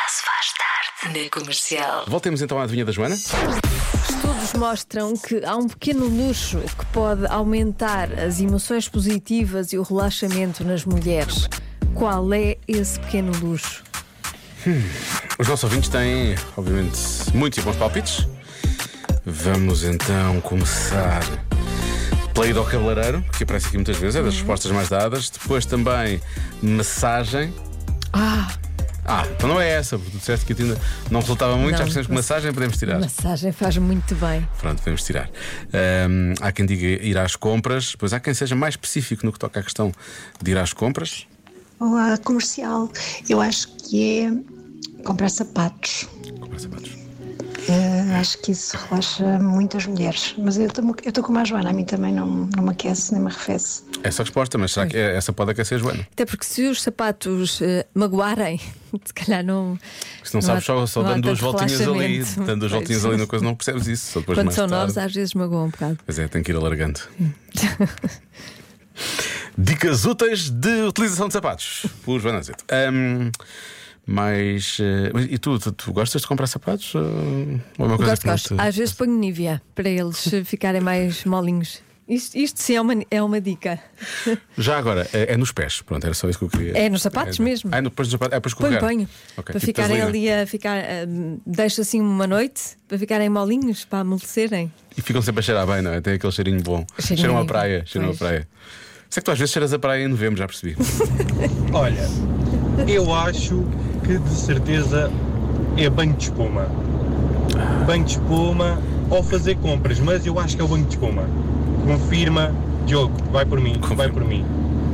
se faz tarde na Comercial. Voltemos então à adivinha da Joana. Estudos mostram que há um pequeno luxo que pode aumentar as emoções positivas e o relaxamento nas mulheres. Qual é esse pequeno luxo? Os nossos ouvintes têm, obviamente, muitos e bons palpites. Vamos então começar pela ida ao cabeleireiro, que aparece aqui muitas vezes, é das respostas mais dadas. Depois também massagem. Então não é essa, porque tu disseste que ainda não resultava muito. Não, já percebemos que massagem podemos tirar. Massagem faz muito bem. Pronto, podemos tirar. Há quem diga ir às compras, depois há quem seja mais específico no que toca à questão de ir às compras. Olá, Comercial. Eu acho que é comprar sapatos. Comprar sapatos. Acho que isso relaxa muitas mulheres. Mas eu estou como a Joana, a mim também não me aquece nem me arrefece. Essa a resposta, mas será que essa pode aquecer a Joana? Até porque se os sapatos magoarem, se calhar não. Se não sabes, só dando duas voltinhas ali, dando duas voltinhas ali na coisa, não percebes isso. Só depois quando mais são tarde. novos, às vezes magoam um bocado. Pois é, tem que ir alargando. Dicas úteis de utilização de sapatos por Joana Azevedo. E tu gostas de comprar sapatos? Ou é uma coisa Gosto. Às vezes ponho Nivea para eles ficarem mais molinhos. Isto sim é uma dica. Já agora, é nos pés. Pronto, era só isso que eu queria. É nos sapatos mesmo. Depois dos sapatos, para escorregar. Ponho. Okay, para tipo ficarem vaselina. ali a ficar. Deixo assim uma noite para ficarem molinhos, para amolecerem. E ficam sempre a cheirar bem, não é? Tem aquele cheirinho bom. Cheiram a praia. Cheiram a praia. Sei que tu às vezes cheiras a praia em novembro, já percebi. Olha, eu acho que de certeza é banho de espuma. Banho de espuma ou fazer compras, mas eu acho que é o banho de espuma. Confirma, Diogo, vai por mim, vai por mim.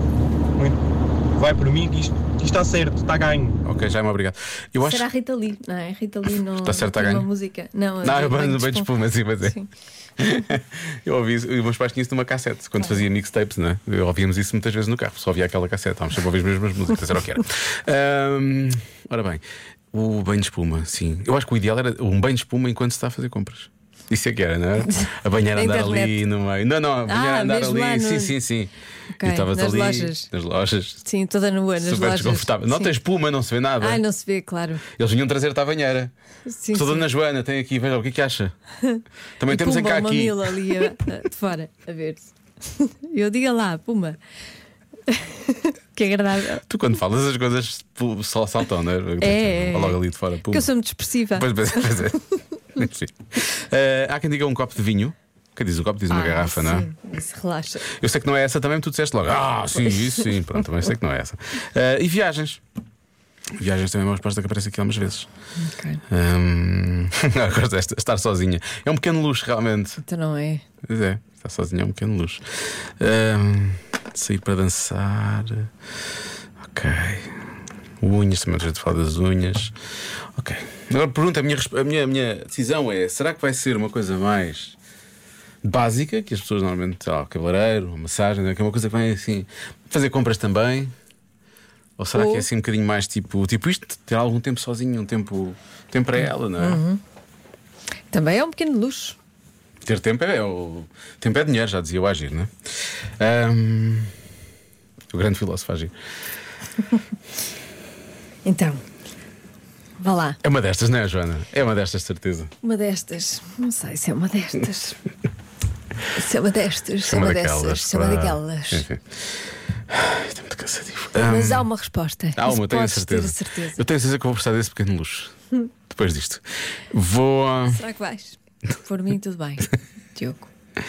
Vai por mim que isto está certo, está ganho. Ok, já me obrigado. Eu acho... Será a Rita Lee, não é? Rita Lee não Está certo, está tem ganho. uma música. Não, é banho de espuma, sim, mas é. Sim. Eu ouvi isso, e meus pais tinham isso numa cassete. Quando fazia mixtapes, não é? Ouvíamos isso muitas vezes no carro. Só ouvia aquela cassete, estávamos sempre a ouvir as mesmas músicas, era o que era. Ora bem, o banho de espuma, sim. Eu acho que o ideal era um banho de espuma enquanto se está a fazer compras. Isso é que era, não é? A banhar a andar ali no meio. Não, a banhar a andar ali. No... Sim. Okay. E estavas nas ali lojas. Nas lojas. Sim, toda nua, nas super lojas. Desconfortável. Não tem espuma, não se vê nada. Não se vê, claro. Eles vinham trazer-te à banheira. Sim, Estou sim. Dona Joana, tem aqui, veja o que é que acha. Também E temos em Pumba, cá uma aqui. mamila ali de fora, a ver-se. Eu diga lá, Puma. Que agradável. Tu quando falas as coisas só saltam, não é? É. Logo ali de fora. Pum. Porque eu sou muito expressiva. Pois é. Enfim. Há quem diga um copo de vinho. Quem diz um copo diz uma garrafa, sim, não é? Isso relaxa. Eu sei que não é essa também, tu disseste logo. Sim, isso sim. Pronto, também sei que não é essa. E viagens. Viagens também é uma resposta que aparece aqui algumas vezes. Ok. Gosto de estar sozinha. É um pequeno luxo, realmente. Então não é. Pois é, estar sozinha é um pequeno luxo. Sair para dançar. Ok. Unhas, também a gente fala das unhas. Ok. Agora pergunta, a minha decisão é: será que vai ser uma coisa mais básica, que as pessoas normalmente, cabeleireiro, massagem, que é uma coisa que vai assim, fazer compras também? Ou será que é assim um bocadinho mais tipo isto, ter algum tempo sozinho, um tempo para ela, não é? Uhum. Também é um pequeno luxo. Ter tempo tempo é dinheiro, já dizia o Agir, não é? O grande filósofo Agir. Então, vá lá. É uma destas, não é, Joana? É uma destas, certeza. Uma destas. Não sei se é uma destas. Se é uma destas, se é uma uma daquelas, dessas, se é uma daquelas. Enfim. Estou muito cansativo. Mas há uma resposta. Há uma, Isso tenho a podes ter certeza. certeza. Eu tenho a certeza que vou precisar desse pequeno luxo. Depois disto. Vou. Será que vais? Por mim, tudo bem, Diogo.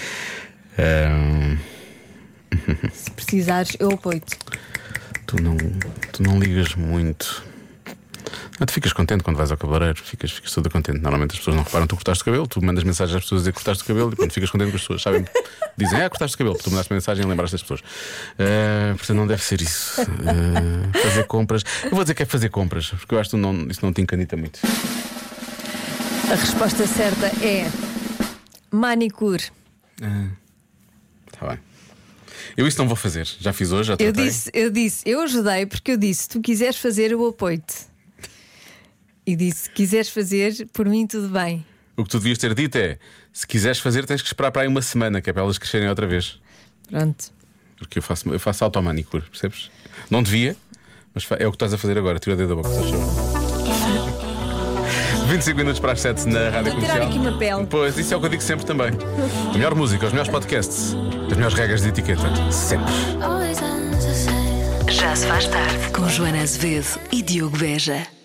Se precisares, eu apoio-te. Tu não ligas muito. Tu ficas contente quando vais ao cabeleireiro. Ficas toda contente. Normalmente as pessoas não reparam que tu cortaste o cabelo. Tu mandas mensagens às pessoas a dizer que cortaste o cabelo. E quando ficas contente com as pessoas, sabem, dizem, cortaste o cabelo. Tu mandaste mensagem e lembraste das pessoas. Portanto, não deve ser isso. Fazer compras. Eu vou dizer que é fazer compras, porque eu acho que isso não te encanita muito. A resposta certa é manicure. Está bem. Eu isso não vou fazer. Já fiz hoje, já tratei. Eu ajudei porque eu disse: se tu quiseres fazer, eu apoio-te. E disse: se quiseres fazer, por mim tudo bem. O que tu devias ter dito é: se quiseres fazer, tens que esperar para aí uma semana, que é para elas crescerem outra vez. Pronto. Porque eu faço automanicure, percebes? Não devia, mas é o que estás a fazer agora. Tira o dedo da boca, se achou. 25 minutos para as 7 na Rádio Vou tirar Comercial. aqui uma pele. Pois, isso é o que eu digo sempre também. A melhor música, os melhores podcasts, as melhores regras de etiqueta. Sempre. Já se faz tarde com Joana Azevedo e Diogo Beja.